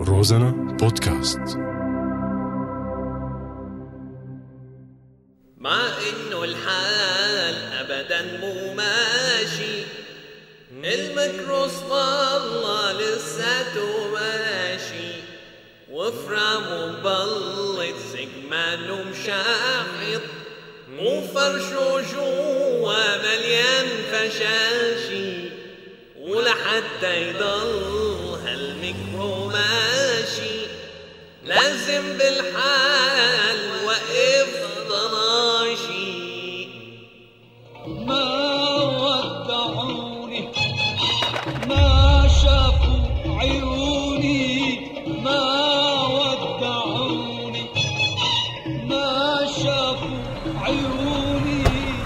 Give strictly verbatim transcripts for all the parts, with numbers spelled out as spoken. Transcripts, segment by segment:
روزانا بودكاست. مع انه الحال ابدا مو ماشي، المكروس والله لساته ماشي، وفرامه مبلط سجمانه مشاحط، وفرشه جوا مليان فشاشي، ولحتى يضل هالميكرو ماشي لازم بالحال وقف ضناشي. ما ودعوني ما شافوا عيوني، ما ودعوني ما شافوا عيوني.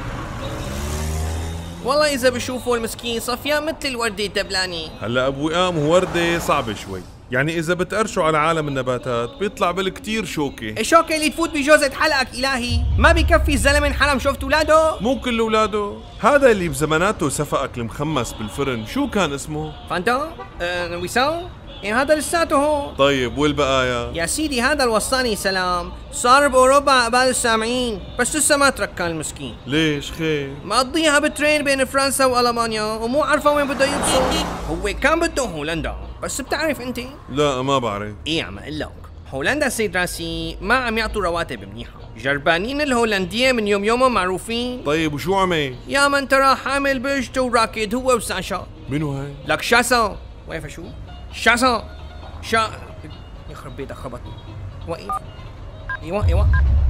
والله إذا بشوفوا المسكين صفيان مثل الوردة الدبلاني. هلا ابو قام وردة صعبة شوي، يعني اذا بتقرشوا على عالم النباتات بيطلع بالكتير شوكة. الشوكة اللي تفوت بجوزة حلقك إلهي، ما بكفي الزلمة انحرم شفت ولاده؟ مو كل اولاده، هذا اللي بزماناته سفقك المخمس بالفرن شو كان اسمه؟ فانتا؟ أه وسام؟ إيه هذا لساته هون. طيب والبقايا؟ يا سيدي هذا الوصاني سلام صار بأوروبا قبال السامعين، بس لسه ما تركان المسكين. ليش خير؟ مقضيها بترين بين فرنسا وألمانيا ومو عارفة وين بده يوصل. هو كان بده هولندا، بس بتعرف انت؟ لا ما بعرف. ايه عم اقول لك، هولندا سيد راسي ما عم يعطوا رواتب منيحة، جربانين الهولندية من يوم يومهم معروفين. طيب وشو عمل؟ يا من ترى حامل بيجته وراكد هو وساشا. منو هاي؟ لك شاسا واقف شو؟ شاسا شا يخرب بيتك خبطني. واقف ايوه ايوه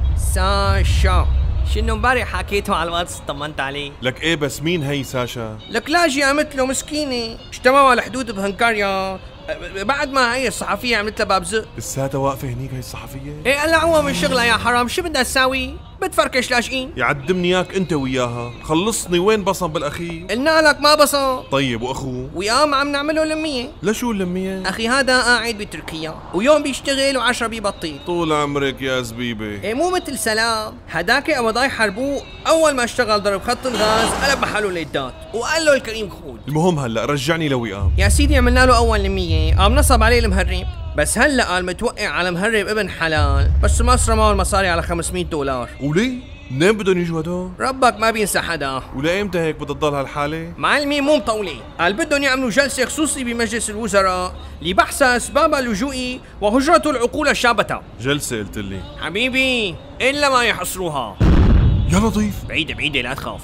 ساشا. شنو امبارح حكيته على الواتس طمنت عليه. لك ايه بس مين هي ساشا؟ لك لاجئة مثله مسكينة اجتمعوا على الحدود بهنغاريا بعد ما هي الصحفية عملت لها بابزق. لساتها واقفة هنيك هي الصحفية؟ ايه قلعوها من شغلها يا حرام، شو بدها تساوي؟ بتفركش لاجئين. يعدمني اياك انت وياها، خلصني وين بصم بالاخير؟ قلنا لك ما بصم. طيب واخوه؟ وياهم عم نعمله لمية. لشو اللمية؟ اخي هذا قاعد بتركيا ويوم بيشتغل وعشرة بيبطل. طول عمرك يا زبيبة. ايه مو مثل سلام، هداك قبضاي حربوه اول ما اشتغل ضرب خط الغاز قلب محله ليدات وقال له الكريم خود. المهم هلا رجعني لوئام. يا سيدي عملنا له اول لمية، قام نصب عليه المهرب، بس هلا قال متوقع على مهرب ابن حلال، بس مصر معه المصاري على خمسمية دولار. وليه؟ منين بدهم يجوا هدول؟ ربك ما بينسى حدا. ولأيمتى هيك بدها تضل هالحالة؟ معلمي مو مطولة، قال بدهم يعملوا جلسة خصوصي بمجلس الوزراء لبحث أسباب اللجوء وهجرة العقول الشابة. جلسة قلت لي حبيبي إلا ما يحصروها. يا لطيف. بعيدة بعيدة لا تخاف.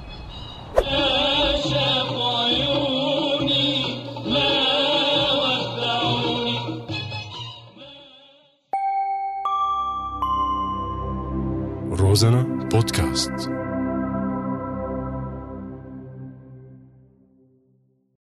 ما شافوا عيوني ما ودعوني. روزانا بودكاست.